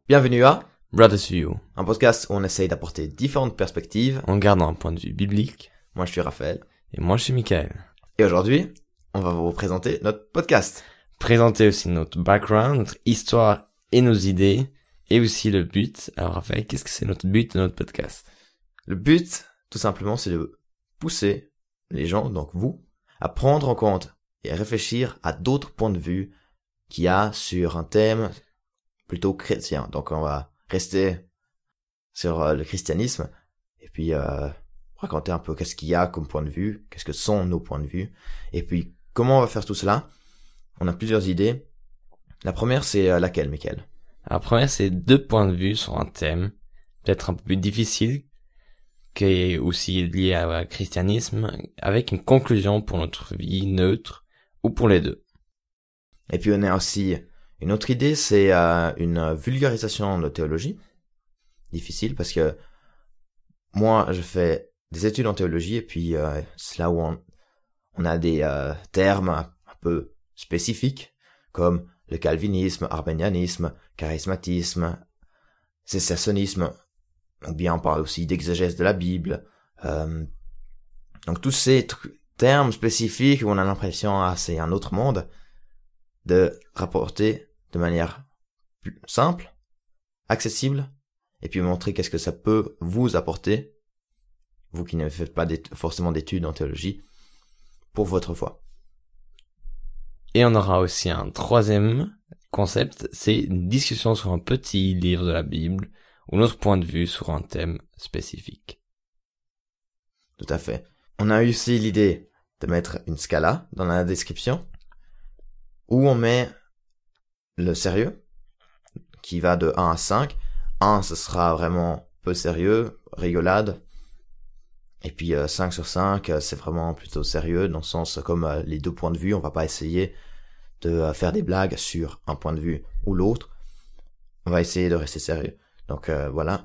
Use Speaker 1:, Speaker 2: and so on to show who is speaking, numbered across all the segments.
Speaker 1: Bienvenue à
Speaker 2: Brothers View,
Speaker 1: un podcast où on essaye d'apporter différentes perspectives.
Speaker 2: en gardant un point de vue biblique.
Speaker 1: Moi, je suis Raphaël.
Speaker 2: Et moi, je suis Michael.
Speaker 1: Et aujourd'hui, on va vous présenter notre podcast.
Speaker 2: Présenter aussi notre background, notre histoire et nos idées. Et aussi le but. Alors Raphaël, qu'est-ce que c'est notre but de notre podcast?
Speaker 1: Le but, tout simplement, c'est de pousser les gens, donc vous, à prendre en compte et à réfléchir à d'autres points de vue qu'il y a sur un thème plutôt chrétien. Donc on va rester sur le christianisme et puis raconter un peu qu'est-ce qu'il y a comme point de vue, qu'est-ce que sont nos points de vue, et puis comment on va faire tout cela. On a plusieurs idées. La première, c'est laquelle, Michael?
Speaker 2: La première, c'est 2 points de vue sur un thème, peut-être un peu plus difficile, qui est aussi lié au christianisme, avec une conclusion pour notre vie neutre, ou pour les deux.
Speaker 1: Et puis on a aussi une autre idée, c'est une vulgarisation de théologie. Difficile parce que moi, je fais des études en théologie et puis c'est là où on a des termes un peu spécifiques comme le calvinisme, arménianisme, charismatisme, sécessionnisme, ou bien on parle aussi d'exégèse de la Bible. Donc tous ces termes spécifiques où on a l'impression c'est un autre monde, de rapporter de manière plus simple, accessible, et puis montrer qu'est-ce que ça peut vous apporter, vous qui ne faites pas forcément d'études en théologie, pour votre foi.
Speaker 2: Et on aura aussi un troisième concept, c'est une discussion sur un petit livre de la Bible, ou notre point de vue sur un thème spécifique.
Speaker 1: Tout à fait. On a eu aussi l'idée de mettre une scala dans la description, où on met le sérieux, qui va de 1 à 5. 1, ce sera vraiment peu sérieux, rigolade. Et puis 5 sur 5, c'est vraiment plutôt sérieux, dans le sens comme les 2 points de vue, on va pas essayer de faire des blagues sur un point de vue ou l'autre. On va essayer de rester sérieux. Donc voilà.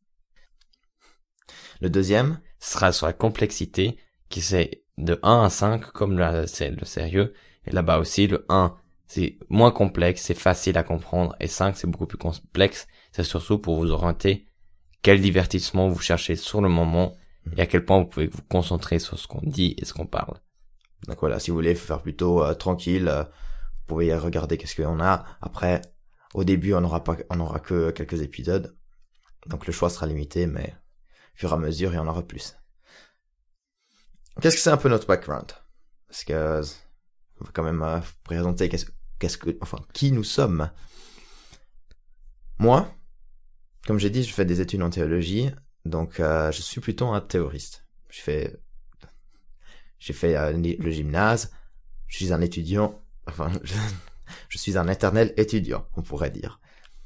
Speaker 1: Le deuxième
Speaker 2: sera sur la complexité, qui c'est de 1 à 5, comme là c'est le sérieux. Et là-bas aussi, le 1, c'est moins complexe, c'est facile à comprendre. Et 5, c'est beaucoup plus complexe. C'est surtout pour vous orienter quel divertissement vous cherchez sur le moment et à quel point vous pouvez vous concentrer sur ce qu'on dit et ce qu'on parle.
Speaker 1: Donc voilà, si vous voulez faire plutôt tranquille, vous pouvez regarder qu'est-ce qu'on a. Après, au début, on aura que quelques épisodes. Donc le choix sera limité, mais au fur et à mesure, il y en aura plus. Qu'est-ce que c'est un peu notre background? Parce que on va quand même présenter qui nous sommes. Moi, comme j'ai dit, je fais des études en théologie, donc je suis plutôt un théoriste. J'ai fait le gymnase, je suis un étudiant, je suis un éternel étudiant, on pourrait dire.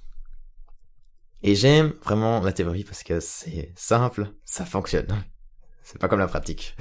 Speaker 1: Et j'aime vraiment la théorie parce que c'est simple, ça fonctionne. C'est pas comme la pratique.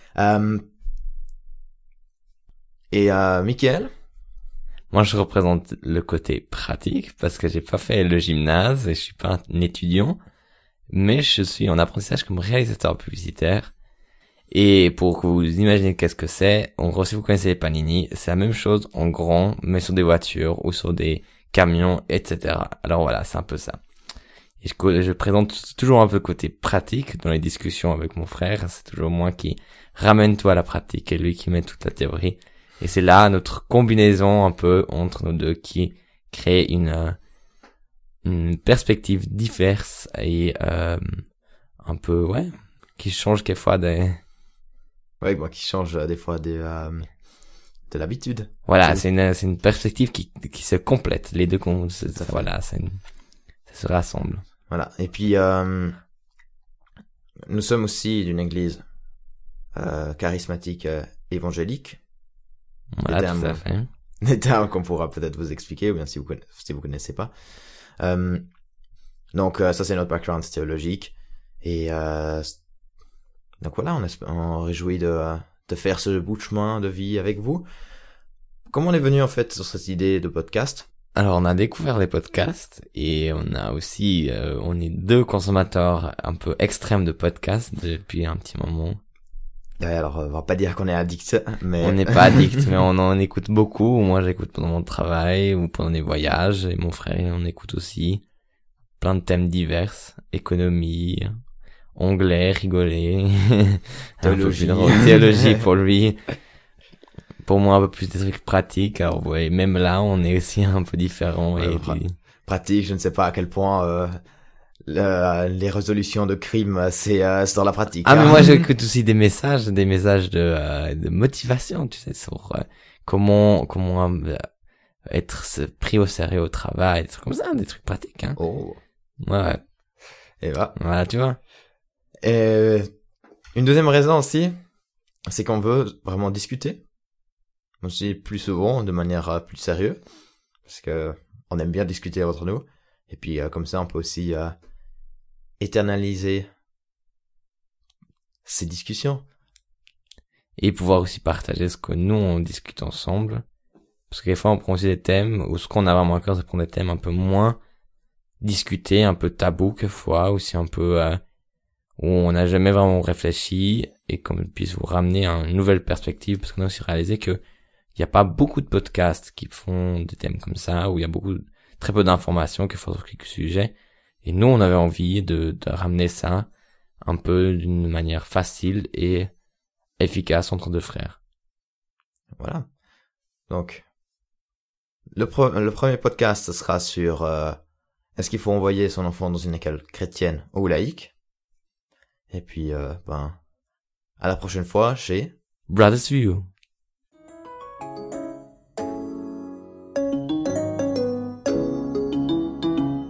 Speaker 1: Et Michael?
Speaker 2: Moi, je représente le côté pratique parce que j'ai pas fait le gymnase et je suis pas un étudiant, mais je suis en apprentissage comme réalisateur publicitaire. Et pour que vous imaginez qu'est-ce que c'est, si vous connaissez les Panini, c'est la même chose en grand, mais sur des voitures ou sur des camions, etc. Alors voilà, c'est un peu ça. Et je présente toujours un peu le côté pratique dans les discussions avec mon frère. C'est toujours moi qui ramène tout à la pratique et lui qui met toute la théorie. Et c'est là notre combinaison un peu entre nos deux qui crée une perspective diverse et un peu qui change quelquefois
Speaker 1: qui change des fois de l'habitude.
Speaker 2: Voilà, c'est une perspective qui se complète. Les deux ça se rassemble.
Speaker 1: Voilà. Et puis nous sommes aussi d'une église charismatique évangélique.
Speaker 2: Voilà, tout à fait.
Speaker 1: Des termes qu'on pourra peut-être vous expliquer, ou bien si vous connaissez pas. Donc ça c'est notre background théologique. Et donc voilà, on réjouit de faire ce bout de chemin de vie avec vous. Comment on est venu en fait sur cette idée de podcast?
Speaker 2: Alors on a découvert les podcasts et on a aussi on est 2 consommateurs un peu extrêmes de podcasts depuis un petit moment.
Speaker 1: Alors, on va pas dire qu'on est addict, mais...
Speaker 2: On n'est pas addict, mais on en écoute beaucoup. Moi, j'écoute pendant mon travail ou pendant les voyages. Et mon frère, il en écoute aussi. plein de thèmes divers, économie, anglais, rigoler,
Speaker 1: Théologie.
Speaker 2: théologie pour lui. Pour moi, un peu plus des trucs pratiques. Alors, ouais, même là, on est aussi un peu différents.
Speaker 1: Ouais, pratique, je ne sais pas à quel point les résolutions de crimes, c'est dans la pratique.
Speaker 2: Ah, mais moi, j'écoute aussi des messages de motivation, tu sais, sur comment être pris au sérieux au travail, des trucs comme ça, des trucs pratiques. Hein.
Speaker 1: Oh.
Speaker 2: Ouais.
Speaker 1: Et
Speaker 2: Voilà, tu vois.
Speaker 1: Et une deuxième raison aussi, c'est qu'on veut vraiment discuter. Aussi plus souvent, de manière plus sérieuse. Parce que on aime bien discuter entre nous. Et puis comme ça, on peut aussi éternaliser ces discussions.
Speaker 2: Et pouvoir aussi partager ce que nous, on discute ensemble. Parce que des fois, on prend aussi des thèmes, ou ce qu'on a vraiment à cœur, c'est prendre des thèmes un peu moins discutés, un peu tabous quelquefois, aussi un peu où on n'a jamais vraiment réfléchi, et qu'on puisse vous ramener à une nouvelle perspective, parce qu'on a aussi réalisé que il n'y a pas beaucoup de podcasts qui font des thèmes comme ça, où il y a très peu d'informations qui font sur quelques sujets. Et nous, on avait envie de ramener ça un peu d'une manière facile et efficace entre deux frères.
Speaker 1: Voilà. Donc, le premier podcast, ce sera sur est-ce qu'il faut envoyer son enfant dans une école chrétienne ou laïque. Et puis, à la prochaine fois chez
Speaker 2: Brothers View.